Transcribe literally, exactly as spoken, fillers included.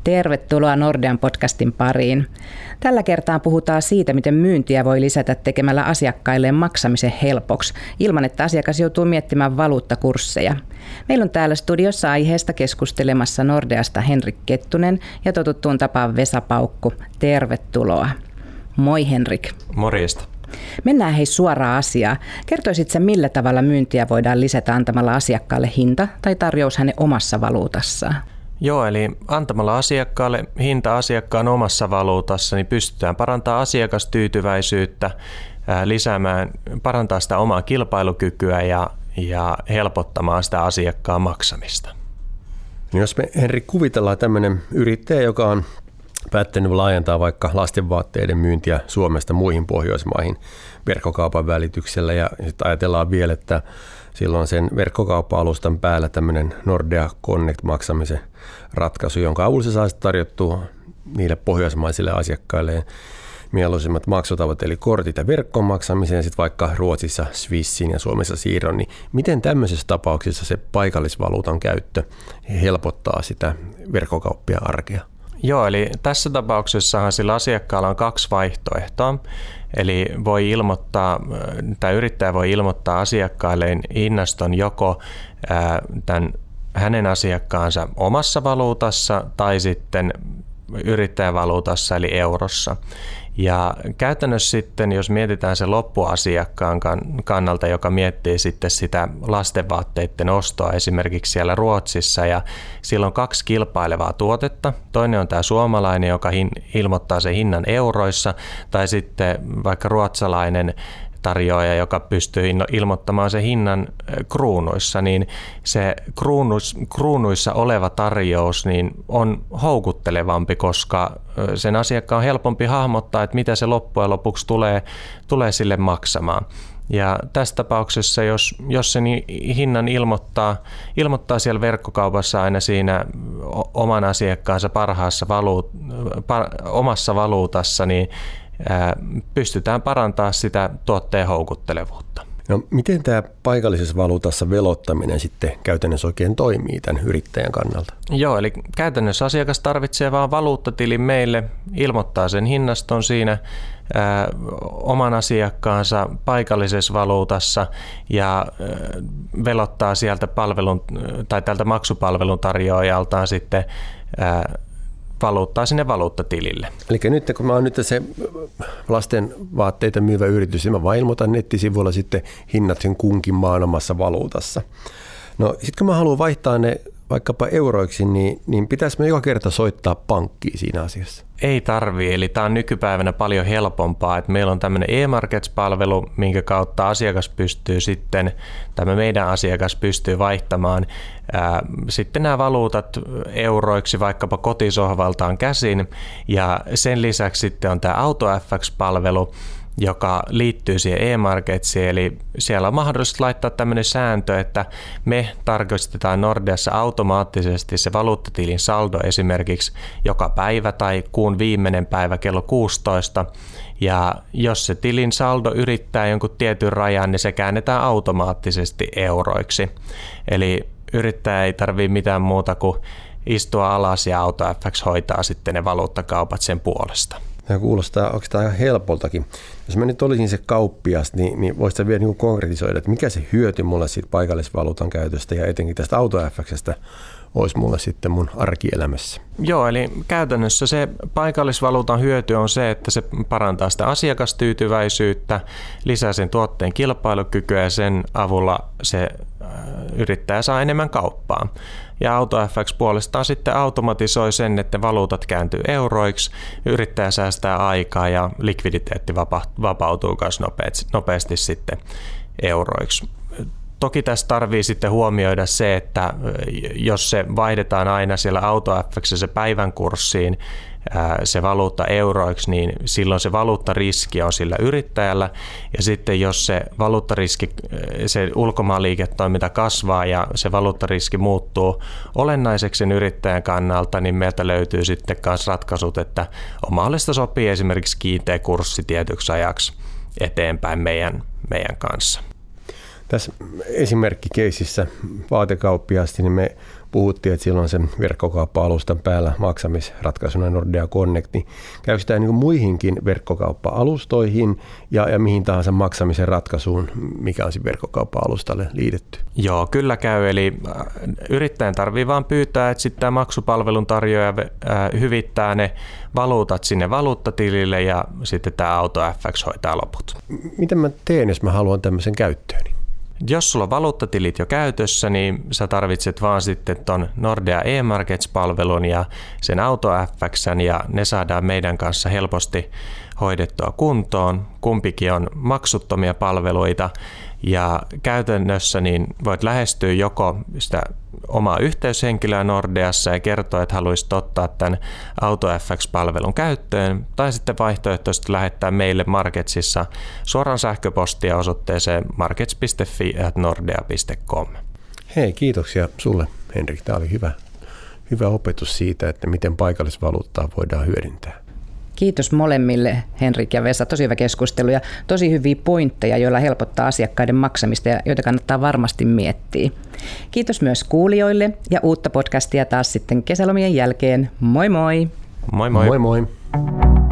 Tervetuloa Nordean podcastin pariin. Tällä kertaa puhutaan siitä, miten myyntiä voi lisätä tekemällä asiakkailleen maksamisen helpoksi, ilman että asiakas joutuu miettimään valuuttakursseja. Meillä on täällä studiossa aiheesta keskustelemassa Nordeasta Henrik Kettunen ja totuttuun tapaan Vesa Paukku. Tervetuloa. Moi Henrik. Morjesta. Mennään hei suoraan asiaan. Kertoisitko sä, millä tavalla myyntiä voidaan lisätä antamalla asiakkaalle hinta tai tarjous hänen omassa valuutassaan? Joo, eli antamalla asiakkaalle hinta asiakkaan omassa valuutassa, niin pystytään parantamaan asiakastyytyväisyyttä, lisäämään, parantaa sitä omaa kilpailukykyä ja, ja helpottamaan sitä asiakkaan maksamista. Jos me, Henri, kuvitellaan tämmöinen yrittäjä, joka on päättänyt laajentaa vaikka lastenvaatteiden myyntiä Suomesta muihin Pohjoismaihin verkkokaupan välityksellä, ja sitten ajatellaan vielä, että silloin sen verkkokauppa-alustan päällä tämmöinen Nordea Connect-maksamisen ratkaisu, jonka avulla se saa tarjottua niille pohjoismaisille asiakkaille mieluisimmat maksutavat, eli kortit ja verkkomaksamiseen, sitten vaikka Ruotsissa Swissin ja Suomessa siirron, niin miten tämmöisessä tapauksessa se paikallisvaluutan käyttö helpottaa sitä verkkokauppia arkea? Joo, eli tässä tapauksessahan sillä asiakkaalla on kaksi vaihtoehtoa. Eli voi ilmoittaa, tai yrittäjä voi ilmoittaa asiakkailleen hinnaston joko tämän hänen asiakkaansa omassa valuutassa tai sitten yrittäjävaluutassa eli eurossa. Ja käytännössä sitten, jos mietitään se loppuasiakkaan kannalta, joka miettii sitten sitä lastenvaatteiden ostoa esimerkiksi siellä Ruotsissa, ja sillä on kaksi kilpailevaa tuotetta. Toinen on tämä suomalainen, joka ilmoittaa sen hinnan euroissa, tai sitten vaikka ruotsalainen tarjoaja, joka pystyy ilmoittamaan sen hinnan kruunuissa, niin se kruunus, kruunuissa oleva tarjous niin on houkuttelevampi, koska sen asiakkaan on helpompi hahmottaa, että mitä se loppujen lopuksi tulee, tulee sille maksamaan. Ja tässä tapauksessa, jos, jos sen hinnan ilmoittaa, ilmoittaa siellä verkkokaupassa aina siinä oman asiakkaansa parhaassa valuut, par, omassa valuutassa, niin pystytään parantamaan sitä tuotteen houkuttelevuutta. No, miten tämä paikallisessa valuutassa velottaminen sitten käytännössä oikein toimii tämän yrittäjän kannalta? Joo, eli käytännössä asiakas tarvitsee vain valuuttatilin meille, ilmoittaa sen hinnaston siinä ää, oman asiakkaansa paikallisessa valuutassa ja ää, velottaa sieltä palvelun tai tältä maksupalvelun tarjoajaltaan sitten ää, valuuttaa sinne valuuttatilille. Eli nyt kun mä oon nyt se lasten vaatteita myyvä yritys, niin mä vaan ilmoitan nettisivuilla sitten hinnat sen kunkin maan omassa valuutassa. No sit kun mä haluan vaihtaa ne vaikkapa euroiksi, niin, niin pitäisi me joka kerta soittaa pankkiin siinä asiassa? Ei tarvii, eli tämä on nykypäivänä paljon helpompaa, että meillä on tämmöinen e-markets-palvelu, minkä kautta asiakas pystyy sitten, tämä meidän asiakas pystyy vaihtamaan ää, sitten nämä valuutat euroiksi vaikkapa kotisohvaltaan käsin, ja sen lisäksi sitten on tämä AutoFX-palvelu, joka liittyy siihen e-marketsiin, eli siellä on mahdollista laittaa tämmöinen sääntö, että me tarkistetaan Nordeassa automaattisesti se valuuttatilin saldo esimerkiksi joka päivä tai kuun viimeinen päivä kello kuusitoista, ja jos se tilin saldo yrittää jonkun tietyn rajan, niin se käännetään automaattisesti euroiksi. Eli yrittäjä ei tarvitse mitään muuta kuin istua alas ja AutoFX hoitaa sitten ne valuuttakaupat sen puolesta. Tämä kuulostaa, onko tämä ihan helpoltakin. Jos mä nyt olisin se kauppias, niin, niin voisi vielä niin konkretisoida, että mikä se hyöty mulle siitä paikallisvaluutan käytöstä ja etenkin tästä AutoFXstä olisi mulle sitten mun arkielämässä. Joo, eli käytännössä se paikallisvaluutan hyöty on se, että se parantaa sitä asiakastyytyväisyyttä, lisää sen tuotteen kilpailukykyä ja sen avulla se yrittäjä saa enemmän kauppaa. Ja AutoFX puolestaan sitten automatisoi sen, että valuutat kääntyy euroiksi, yrittäjä säästää aikaa ja likviditeetti vapautuu myös nopeasti sitten euroiksi. Toki tässä tarvii sitten huomioida se, että jos se vaihdetaan aina siellä AutoFXssä päivän kurssiin se valuutta euroiksi, niin silloin se valuuttariski on sillä yrittäjällä, ja sitten jos se valuuttariski, se ulkomaanliiketoiminta kasvaa ja se valuuttariski muuttuu olennaiseksi sen yrittäjän kannalta, niin meiltä löytyy sitten myös ratkaisut, että on mahdollista sopia esimerkiksi kiinteä kurssi tietyksi ajaksi eteenpäin meidän, meidän kanssa. Tässä esimerkkikeisissä vaatekauppiaasti niin me puhuttiin, että silloin sen verkkokauppa-alustan päällä maksamisratkaisuna Nordea Connect, niin käykö tämä niin muihinkin verkkokauppa-alustoihin ja, ja mihin tahansa maksamisen ratkaisuun, mikä on verkkokauppa-alustalle liitetty? Joo, kyllä käy. Eli yrittäjän tarvii vaan pyytää, että sitten tämä maksupalvelun tarjoaja hyvittää ne valuutat sinne valuuttatilille ja sitten tämä AutoFX hoitaa loput. Miten mä teen, jos mä haluan tämmöisen käyttööni? Jos sulla on valuuttatilit jo käytössä, niin sä tarvitset vaan sitten ton Nordea eMarkets-palvelun ja sen AutoFXn ja ne saadaan meidän kanssa helposti hoidettua kuntoon. Kumpikin on maksuttomia palveluita ja käytännössä niin voit lähestyä joko sitä omaa yhteyshenkilöä Nordeassa ja kertoa, että haluaisit ottaa tämän AutoFX-palvelun käyttöön, tai sitten vaihtoehtoisesti lähettää meille Marketsissa suoraan sähköpostia osoitteeseen markets piste fi ät nordea piste com. Hei, kiitoksia sulle, Henrik. Tämä oli hyvä, hyvä opetus siitä, että miten paikallisvaluuttaa voidaan hyödyntää. Kiitos molemmille, Henrik ja Vesa. Tosi hyvä keskustelu ja tosi hyviä pointteja, joilla helpottaa asiakkaiden maksamista ja joita kannattaa varmasti miettiä. Kiitos myös kuulijoille ja uutta podcastia taas sitten kesälomien jälkeen. Moi moi! Moi moi! Moi moi!